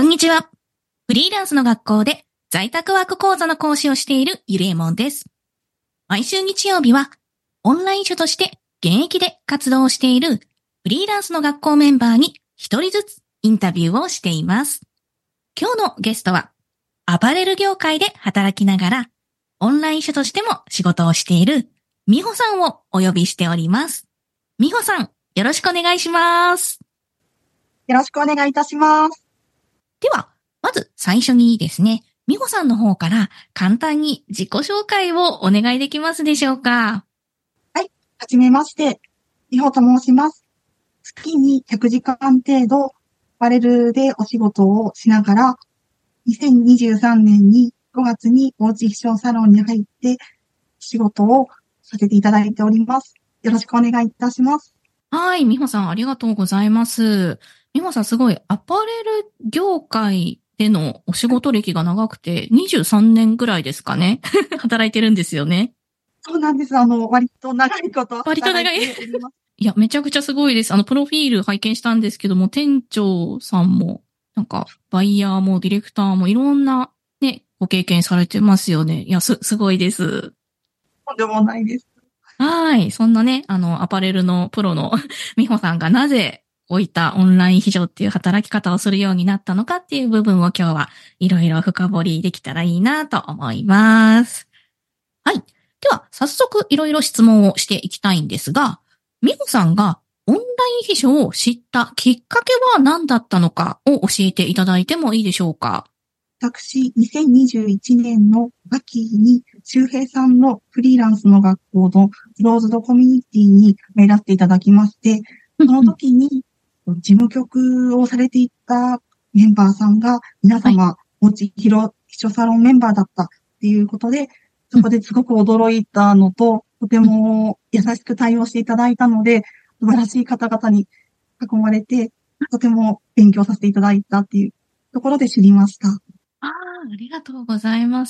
んにちは。フリーランスの学校で在宅ワーク講座の講師をしているゆりえもんです。毎週日曜日はオンライン種として現役で活動をしているフリーランスの学校メンバーに一人ずつインタビューをしています。今日のゲストはアパレル業界で働きながらオンライン種としても仕事をしているみほさんをお呼びしております。みほさん、よろしくお願いします。 よろしくお願いいたします。 では、まず最初にですね、みほさんの方から簡単に自己紹介をお願いできますでしょうか。 はい、はじめまして、みほと申します。月に100時間程度、アパレルでお仕事をしながら、2023年に5月におうち秘書サロンに入って仕事をさせていただいております。よろしくお願いいたします。 はい、みほさんありがとうございます。みほさんすごいアパレル業界でのお仕事歴が長くて23年ぐらいですかね。働いてるんですよね。 そうなんです。割と長いこと割と長い。 働いております。 いや、めちゃくちゃすごいです。プロフィール拝見したんですけども、店長さんも、なんか、バイヤーもディレクターもいろんなね、ご経験されてますよね。いや、すごいです。 とんでもないです。 はい。そんなね、アパレルのプロの美穂さんがなぜ、こういったオンライン秘書っていう働き方をするようになったのかっていう部分を今日はいろいろ深掘りできたらいいなと思います。はい。では、早速いろいろ質問をしていきたいんですが、美穂さんがオンライン秘書を知ったきっかけは何だったのかを教えていただいてもいいでしょうか。 私、2021年の秋に、周平さんのフリーランスの学校のクローズドコミュニティに入らせていただきまして、その時に事務局をされていたメンバーさんが、皆様、おうち秘書サロンメンバーだったっていうことで、そこですごく驚いたのと、とても優しく対応していただいたので、素晴らしい方々に囲まれて、とても勉強させていただいたっていうところで知りました。 ありがとうございます。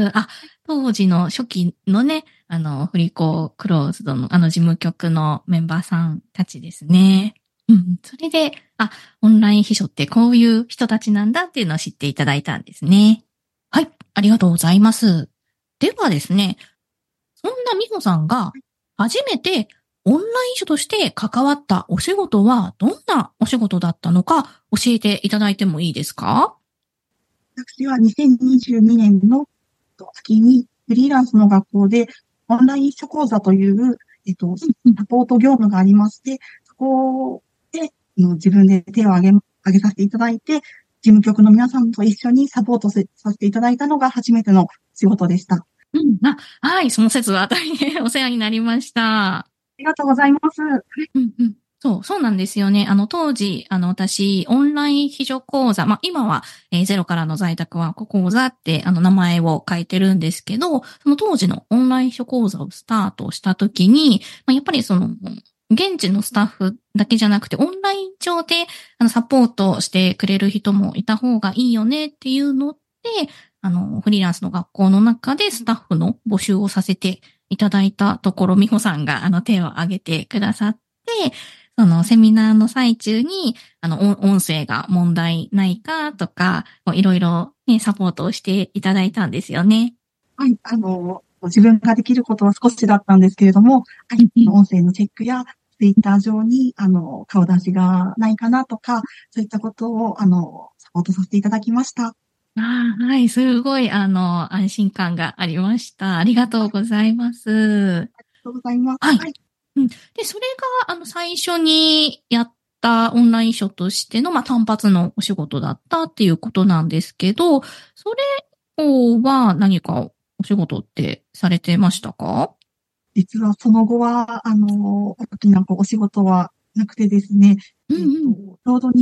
当時の初期のね、振り子クローズドの事務局のメンバーさんたちですね。うん。それで、オンライン秘書ってこういう人たちなんだっていうのを知っていただいたんですね。はい。ありがとうございます。ではですね、そんな美穂さんが初めてオンライン秘書として関わったお仕事はどんなお仕事だったのか教えていただいてもいいですか？ 私は2022年の秋にフリーランスの学校でオンライン秘書講座という、サポート業務がありまして、そこで自分で手を挙げさせていただいて、事務局の皆さんと一緒にサポートさせていただいたのが初めての仕事でした。 うん。はい、その説は大変お世話になりました。 ありがとうございます。 うんうん。そうなんですよね。当時、私、オンライン秘書講座、今は、ゼロからの在宅ワーク講座って、名前を変えてるんですけど、その当時のオンライン秘書講座をスタートしたときに、やっぱり現地のスタッフだけじゃなくて、オンライン上で、サポートしてくれる人もいた方がいいよねっていうので、フリーランスの学校の中でスタッフの募集をさせていただいたところ、美穂さんが手を挙げてくださって、そのセミナーの最中に、音声が問題ないかとか、いろいろね、サポートをしていただいたんですよね。 はい、自分ができることは少しだったんですけれども、はい、音声のチェックや、ツイッター上に、顔出しがないかなとか、そういったことを、サポートさせていただきました。 はい、すごい、安心感がありました。ありがとうございます。 ありがとうございます。 はい。うん。で、それが、最初にやったオンラインショとしての、単発のお仕事だったっていうことなんですけど、それ以降は何かお仕事ってされてましたか？ 実はその後は、特になんかお仕事はなくてですね、 うんうん。 ちょうど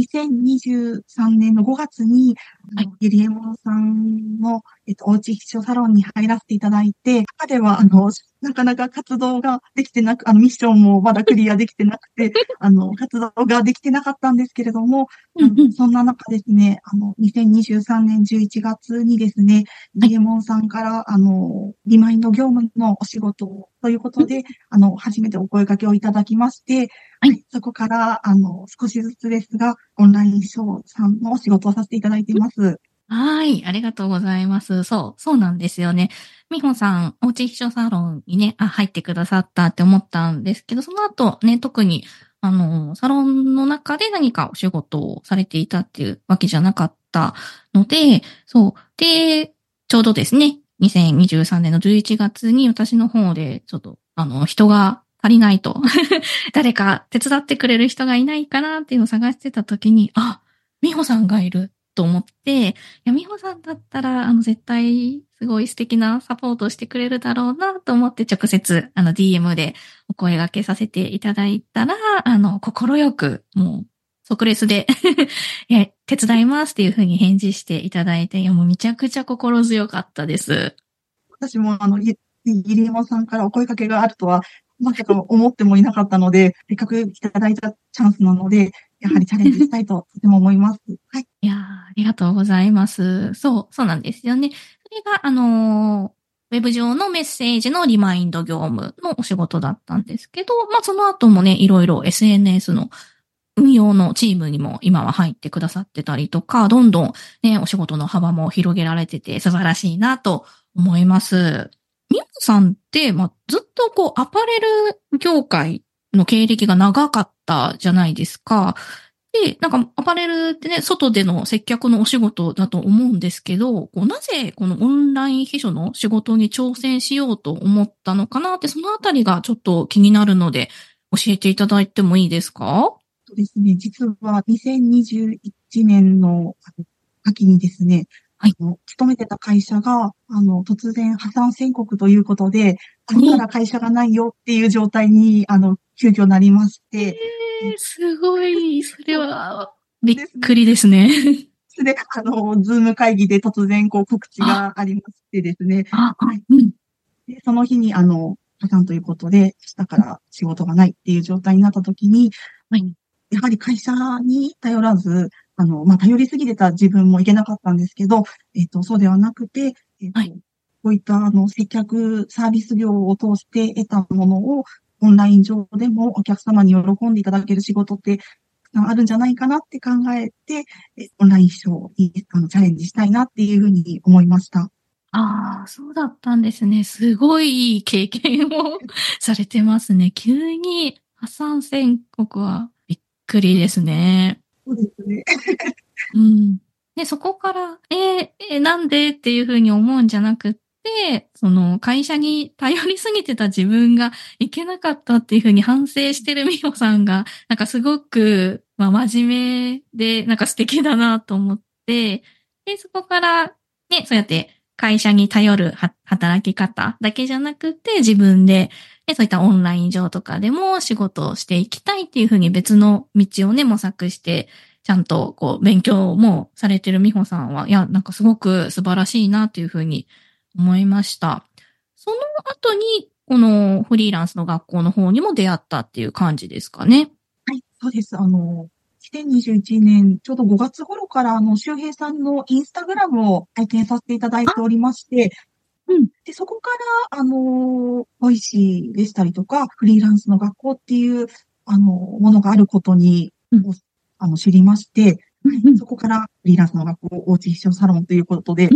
2023年の5月に、 はい。 ゆりえもんさんの、おうち秘書サロンに入らせていただいて、中では、 なかなか活動ができてなく、ミッションもまだクリアできてなくて、活動ができてなかったんですけれども、 うんうん。 そんな中ですね、2023年11月にですね、 はい。 ディエモンさんから、リマインド業務のお仕事ということで、初めてお声掛けをいただきまして、 はい。 はい、そこから、少しずつですが、オンラインショーさんのお仕事をさせていただいています。 はい。ありがとうございます。そうなんですよね。みほさん、おうち秘書サロンにね、入ってくださったって思ったんですけど、その後ね、特に、サロンの中で何かお仕事をされていたっていうわけじゃなかったので、そう。で、ちょうどですね、2023年の11月に私の方で、ちょっと、人が足りないと誰か手伝ってくれる人がいないかなっていうのを探してた時に、あ、みほさんがいると思って、いや、みほさんだったら、絶対、すごい素敵なサポートをしてくれるだろうなと思って、直接、DM でお声掛けさせていただいたら、心よく、もう、即レスでいや、手伝いますっていうふうに返事していただいて、いや、もうめちゃくちゃ心強かったです。 私も入山さんからお声掛けがあるとは、まさか思ってもいなかったので、せっかくいただいたチャンスなので、やはりチャレンジしたいととても思います。はい。 いやー、ありがとうございます。そうなんですよね。それが、ウェブ上のメッセージのリマインド業務のお仕事だったんですけど、まあ、その後もね、いろいろ SNS の運用のチームにも今は入ってくださってたりとか、どんどんね、お仕事の幅も広げられてて素晴らしいなと思います。みほさんって、まあ、ずっとこう、アパレル業界の経歴が長かったじゃないですか。で、なんか、アパレルってね、外での接客のお仕事だと思うんですけど、こうなぜこのオンライン秘書の仕事に挑戦しようと思ったのかなって、そのあたりがちょっと気になるので、教えていただいてもいいですか？ そうですね。実は2021年の秋にですね、 はい。 勤めてた会社が、突然破産宣告ということで、明日かお、 ら会社がないよっていう状態に、急遽なりまして、 すごい。それそうは、びっですね。 くりですね。 で、ズーム会議で突然、告知あ、 がありましてですね。はい。 うん。 で、その日に、破産ということで、明日から仕事がないっていう状態になった時に、 はい。 やはり会社に頼らず、頼りすぎてた自分もいけなかったんですけど、そうではなくて、 はい。 こういった接客サービス業を通して得たものをオンライン上でもお客様に喜んでいただける仕事ってあるんじゃないかなって考えて、オンラインショーにチャレンジしたいなっていうふうに思いました。 ああ、そうだったんですね。すごいいい経験をされてますね。急に破産宣告はびっくりですね。 そうですね。 うん。で、そこから、なんでっていうふうに思うんじゃなくって、その会社に頼りすぎてた自分がいけなかったっていうふうに反省してる美穂さんが、なんかすごく、まあ、真面目で、なんか素敵だなと思って、で、そこから、ね、そうやって会社に頼る働き方だけじゃなくて、自分で、ね、そういったオンライン上とかでも仕事をしていきたいっていうふうに別の道をね、模索してちゃんとこう勉強もされてる美穂さんは、いや、なんかすごく素晴らしいなというふうに思いました。その後に、このフリーランスの学校の方にも出会ったっていう感じですかね。 はい、そうです。2021年、ちょうど5月頃から、周平さんのインスタグラムを拝見させていただいておりまして、 うん。 で、そこから、ボイシーでしたりとか、フリーランスの学校っていう、ものがあることに、 うん。 知りまして、はい、 うん。 そこからフリーランスの学校、おうち秘書サロンということで、 うん。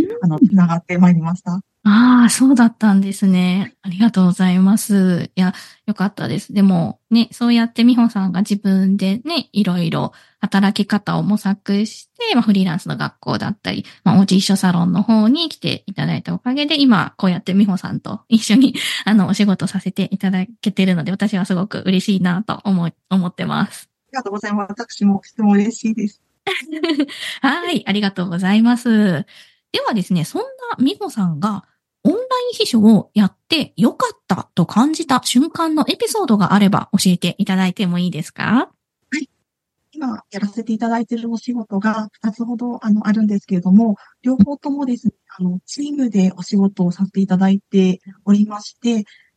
つながってまいりました。 ああ、そうだったんですね。ありがとうございます。いや、よかったです。でも、ね、そうやって美穂さんが自分でね、いろいろ働き方を模索して、まあ、フリーランスの学校だったり、まあ、おじいしょサロンの方に来ていただいたおかげで、今、こうやって美穂さんと一緒に、お仕事させていただけてるので、私はすごく嬉しいなと思ってます。 ありがとうございます。私もとても嬉しいです。 はい、ありがとうございます。ではですね、そんな美穂さんがオンライン秘書をやってよかったと感じた瞬間のエピソードがあれば教えていただいてもいいですか？ はい。今やらせていただいているお仕事が2つほどあるんですけれども、両方ともですね、チームでお仕事をさせていただいておりまして、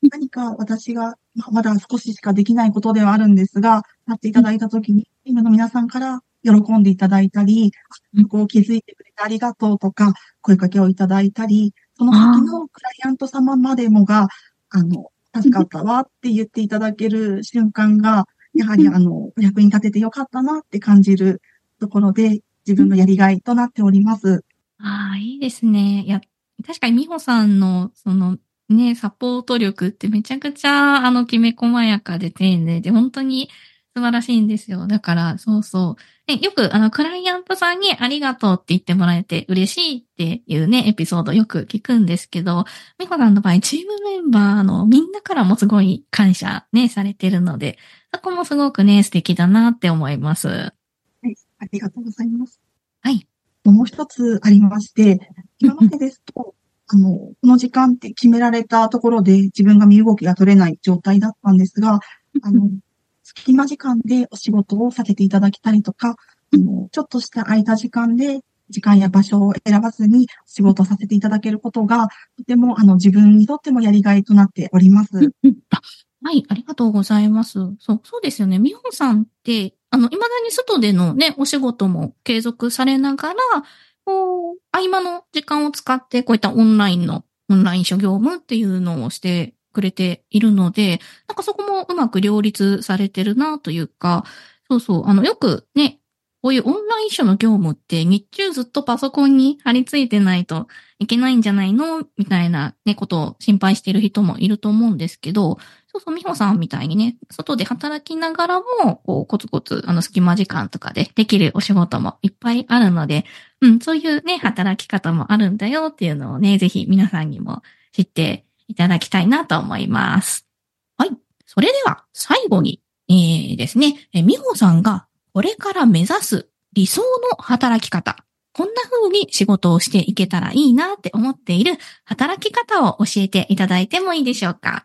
何か私が、まだ少ししかできないことではあるんですが、やっていただいたときに、チームの皆さんから喜んでいただいたり、ここを気づいてくれてありがとうとか、声かけをいただいたり、その先のクライアント様までもが、助かったわって言っていただける瞬間が、やはりお役に立ててよかったなって感じるところで、自分のやりがいとなっております。 ああ、いいですね。いや、確かに美穂さんの、ね、サポート力ってめちゃくちゃ、きめ細やかで丁寧で、本当に素晴らしいんですよ。だから、そうそう。ね、よく、クライアントさんにありがとうって言ってもらえて嬉しいっていうね、エピソードよく聞くんですけど、美穂さんの場合、チームメンバーのみんなからもすごい感謝ね、されてるので、そこもすごくね、素敵だなって思います。ははい、ありがとうございます。 い。 もう一つありまして、今までですと、この時間って決められたところで自分が身動きが取れない状態だったんですが、隙間時間でお仕事をさせていただきたりとか、ちょっとした空いた時間で時間や場所を選ばずに仕事をさせていただけることが、とても自分にとってもやりがいとなっております。 はい、ありがとうございます。そうですよね。美穂さんって、未だに外でのね、お仕事も継続されながら、合間の時間を使って、こういったオンライン諸業務っていうのをしてくれているので、なんかそこもうまく両立されてるなというか、そうそう、よくね、こういうオンライン書の業務って日中ずっとパソコンに張り付いてないといけないんじゃないのみたいなね、ことを心配している人もいると思うんですけど、そうそう、美穂さんみたいにね、外で働きながらも、こう、コツコツ、隙間時間とかでできるお仕事もいっぱいあるので、そういうね、働き方もあるんだよっていうのをね、ぜひ皆さんにも知っていただきたいなと思います。はい。それでは、最後に、ですね、美穂さんがこれから目指す理想の働き方。こんな風に仕事をしていけたらいいなって思っている働き方を教えていただいてもいいでしょうか？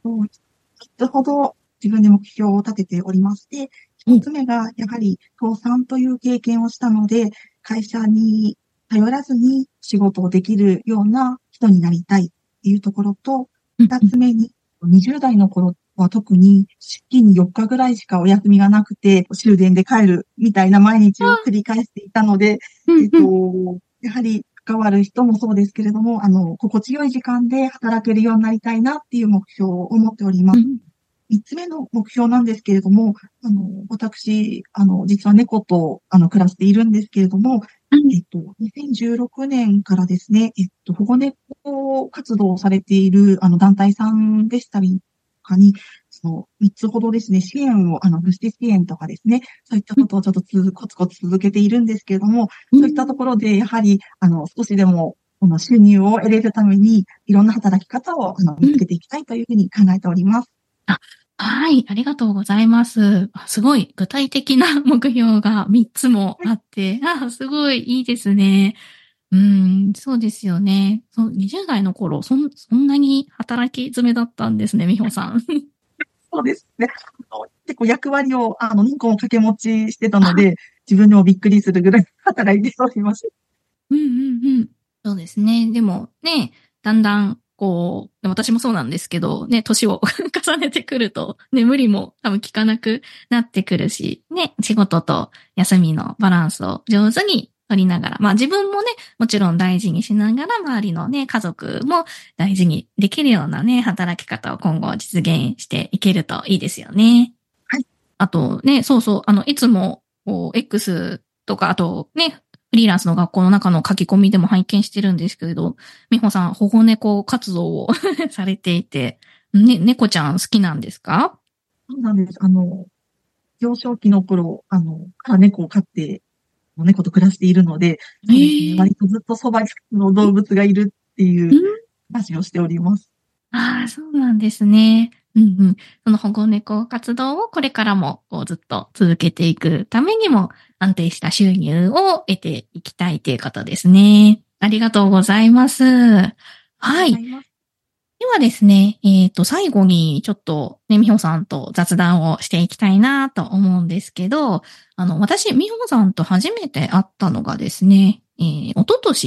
3つほど自分で目標を立てておりまして、1つ目がやはり倒産という経験をしたので、会社に頼らずに仕事をできるような人になりたいっていうところと、2つ目に20代の頃は特に月に4日ぐらいしかお休みがなくて、終電で帰るみたいな毎日を繰り返していたので、やはり関わる人もそうですけれども、心地よい時間で働けるようになりたいなっていう目標を持っております。3つ目の目標なんですけれども、私、実は猫と、暮らしているんですけれども、2016年からですね、保護猫活動をされている、団体さんでしたりとかに、3つほどですね、支援を、物資支援とかですね、そういったことをちょっとコツコツ続けているんですけれども、そういったところで、やはり、少しでも、この収入を得れるために、いろんな働き方を、見つけていきたいというふうに考えております。 はい、ありがとうございます。すごい具体的な目標が3つもあって、すごいいいですね。そうですよね。20代の頃、そんなに働き詰めだったんですね、美穂さん。 そうですね。結構役割を、何個も掛け持ちしてたので、自分でもびっくりするぐらい働いております。 そうですね。でもね、だんだん、私もそうなんですけど、ね、年を重ねてくると、ね、無理も多分効かなくなってくるし、ね、仕事と休みのバランスを上手に取りながら、まあ自分もね、もちろん大事にしながら、周りのね、家族も大事にできるようなね、働き方を今後実現していけるといいですよね。 はい。 あとね、そうそう、いつも、X とか、あとね、フリーランスの学校の中の書き込みでも拝見してるんですけれど、美穂さん、保護猫活動をされていて、ね、猫ちゃん好きなんですか？ そうなんです。幼少期の頃、から猫を飼って、猫と暮らしているので、そうですね。割とずっとそばにの動物がいるっていう話をしております。 ああ、そうなんですね。その保護猫活動をこれからもずっと続けていくためにも安定した収入を得ていきたいということですね。ありがとうございます。はい。ではですね、最後にちょっとね、美穂さんと雑談をしていきたいなと思うんですけど、私、美穂さんと初めて会ったのがですね、一昨年、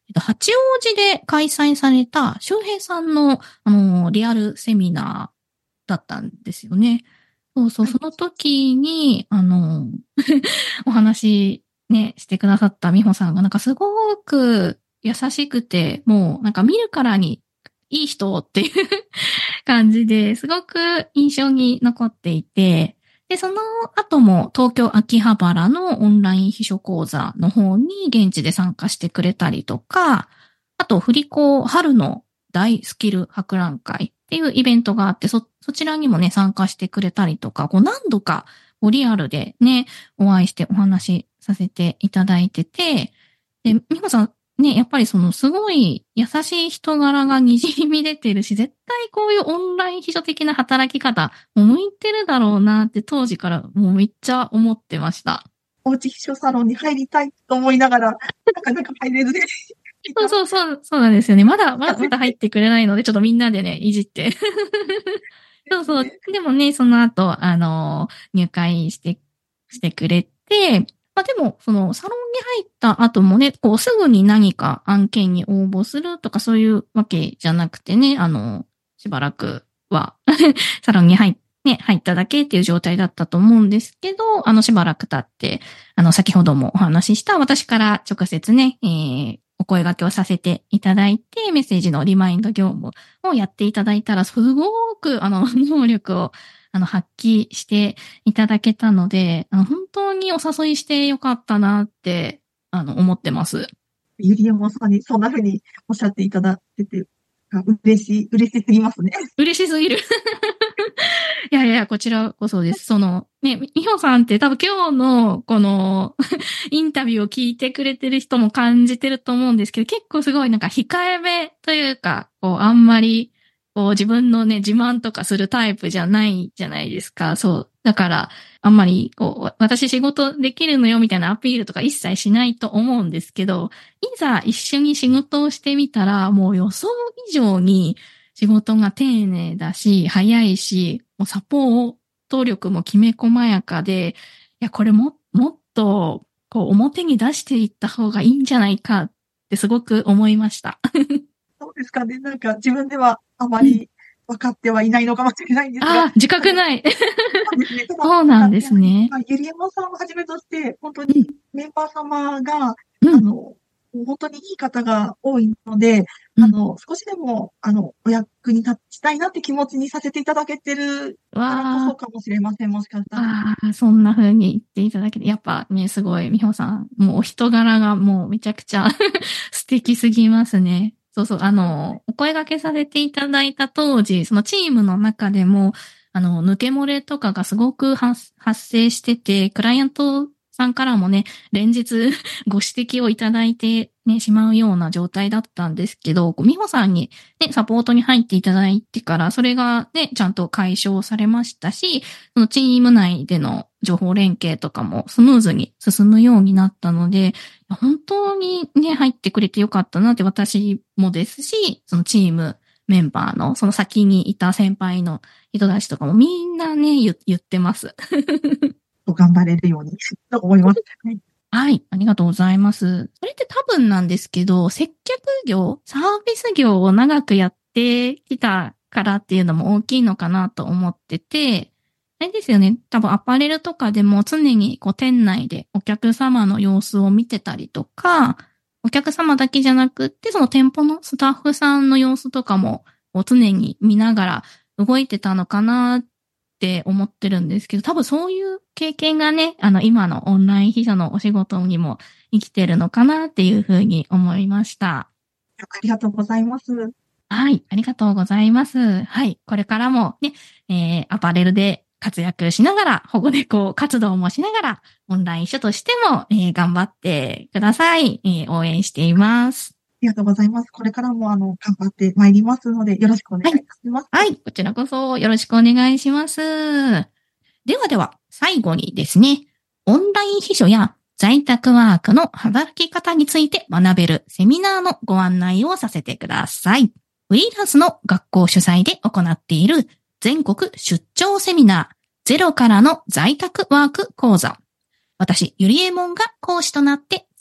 八王子で開催された周平さんの、リアルセミナーだったんですよね。そうそう、 はい。 その時に、お話ね、してくださった美穂さんがなんかすごく優しくて、もうなんか見るからにいい人っていう感じですごく印象に残っていて、で、その後も東京秋葉原のオンライン秘書講座の方に現地で参加してくれたりとか、あと振り子春の大スキル博覧会っていうイベントがあって、そちらにもね、参加してくれたりとか、こう何度かリアルでね、お会いしてお話しさせていただいてて、で、美穂さん、ね、やっぱりそのすごい優しい人柄が滲み出てるし、絶対こういうオンライン秘書的な働き方、もう向いてるだろうなって当時からもうめっちゃ思ってました。 おうち秘書サロンに入りたいと思いながら、なかなか入れずでいた。 そうなんですよね。まだ入ってくれないので、ちょっとみんなでね、いじって。そうそう。でもね、その後、入会してくれて、まあでも、その、サロンに入った後もね、こう、すぐに何か案件に応募するとかそういうわけじゃなくてね、しばらくはサロンに入っただけっていう状態だったと思うんですけど、しばらく経って、先ほどもお話しした私から直接ね、お声掛けをさせていただいて、メッセージのリマインド業務をやっていただいたら、すごく、能力を、発揮していただけたので、本当にお誘いしてよかったなって、思ってます。 ゆりえもさんにそんな風におっしゃっていただいてて、嬉しすぎますね。 嬉しすぎる。いやいや、こちらこそです。その、ね、みほさんって多分今日のこのインタビューを聞いてくれてる人も感じてると思うんですけど、結構すごいなんか控えめというか、こうあんまり、こう自分のね、自慢とかするタイプじゃないじゃないですか。そう。だから、あんまり、こう、私仕事できるのよみたいなアピールとか一切しないと思うんですけど、いざ一緒に仕事をしてみたら、もう予想以上に、仕事が丁寧だし、早いし、もうサポート力もきめ細やかで、いや、これもっと、こう、表に出していった方がいいんじゃないかってすごく思いました。 そうですかね。なんか自分ではあまうん。 り分かってはいないのかもしれないんですが、 ああ、自覚ない。 そうですね。ただ、 そうなんですね。 ゆりえもさんをはじめとして、本当にうん、 メンバー様が、 うん、 本当にいい方が多いので、 うん。 少しでも、お役に立ちたいなって気持ちにさせていただけてるからこそわかもしれません。もしかしたら。 そんな風に言っていただけて、やっぱね、すごい、みほさん、もうお人柄がもうめちゃくちゃ素敵すぎますね。そうそう、お声掛けさせていただいた当時、そのチームの中でも、抜け漏れとかがすごく発生してて、クライアントさんからもね、連日ご指摘をいただいてね、しまうような状態だったんですけど、美穂さんにね、サポートに入っていただいてから、それがね、ちゃんと解消されましたし、そのチーム内での情報連携とかもスムーズに進むようになったので、本当にね、入ってくれてよかったなって私もですし、そのチームメンバーのその先にいた先輩の人たちとかもみんなね、言ってます。 頑張れるようにと思います。はい。 はい、ありがとうございます。それって多分なんですけど、接客業、サービス業を長くやってきたからっていうのも大きいのかなと思ってて、あれですよね。多分アパレルとかでも常にこう店内でお客様の様子を見てたりとか、お客様だけじゃなくって、その店舗のスタッフさんの様子とかもこう常に見ながら動いてたのかなって思ってるんですけど、多分そういう経験がね、今のオンライン秘書のお仕事にも生きてるのかなっていうふうに思いました。 ありがとうございます。 はい、ありがとうございます。はい、これからもね、アパレルで活躍しながら、保護猫活動もしながら、オンライン秘書としても、頑張ってください。応援しています。 ありがとうございます。これからも、頑張ってまいりますので、よろしくお願いはい、 いたします。 はい、こちらこそよろしくお願いします。では、最後にですね、オンライン秘書や在宅ワークの働き方について学べるセミナーのご案内をさせてください。フリーランスの学校主催で行っている全国出張セミナー、ゼロからの在宅ワーク講座。私、ゆりえもんが講師となって月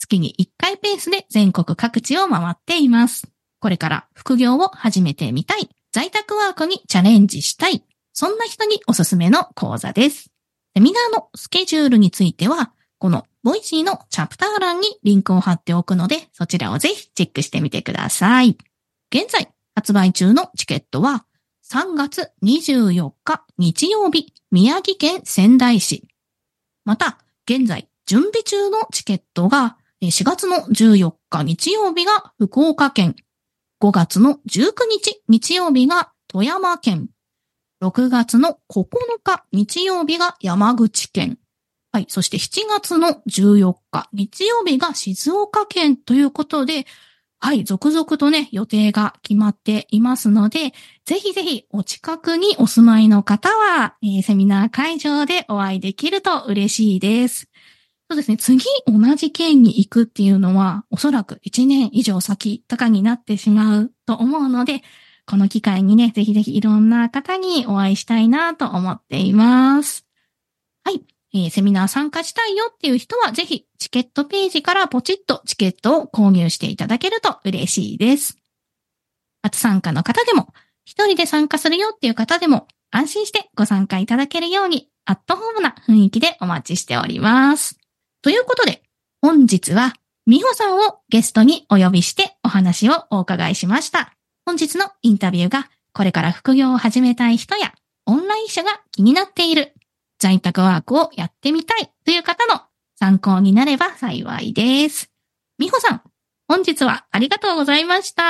月に1回ペースで全国各地を回っています。これから副業を始めてみたい、在宅ワークにチャレンジしたい、そんな人におすすめの講座です。セミナーのスケジュールについては、このボイシーのチャプター欄にリンクを貼っておくので、そちらをぜひチェックしてみてください。現在発売中のチケットは、3月24日日曜日、宮城県仙台市。また、現在準備中のチケットが、4月の14日日曜日が福岡県、5月の19日日曜日が富山県、6月の9日日曜日が山口県、はい、そして7月の14日日曜日が静岡県ということで、はい、続々とね、予定が決まっていますので、ぜひぜひお近くにお住まいの方は、セミナー会場でお会いできると嬉しいです。そうですね、次同じ県に行くっていうのは、おそらく1年以上先とかになってしまうと思うので、この機会にね、ぜひぜひいろんな方にお会いしたいなと思っています。はい。セミナー参加したいよっていう人は、ぜひチケットページからポチッとチケットを購入していただけると嬉しいです。初参加の方でも、一人で参加するよっていう方でも、安心してご参加いただけるように、アットホームな雰囲気でお待ちしております。ということで、本日は、美穂さんをゲストにお呼びしてお話をお伺いしました。本日のインタビューが、これから副業を始めたい人や、オンライン社が気になっている、在宅ワークをやってみたいという方の参考になれば幸いです。美穂さん、本日はありがとうございました。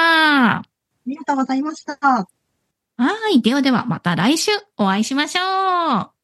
ありがとうございました。 はい。ではではまた来週お会いしましょう。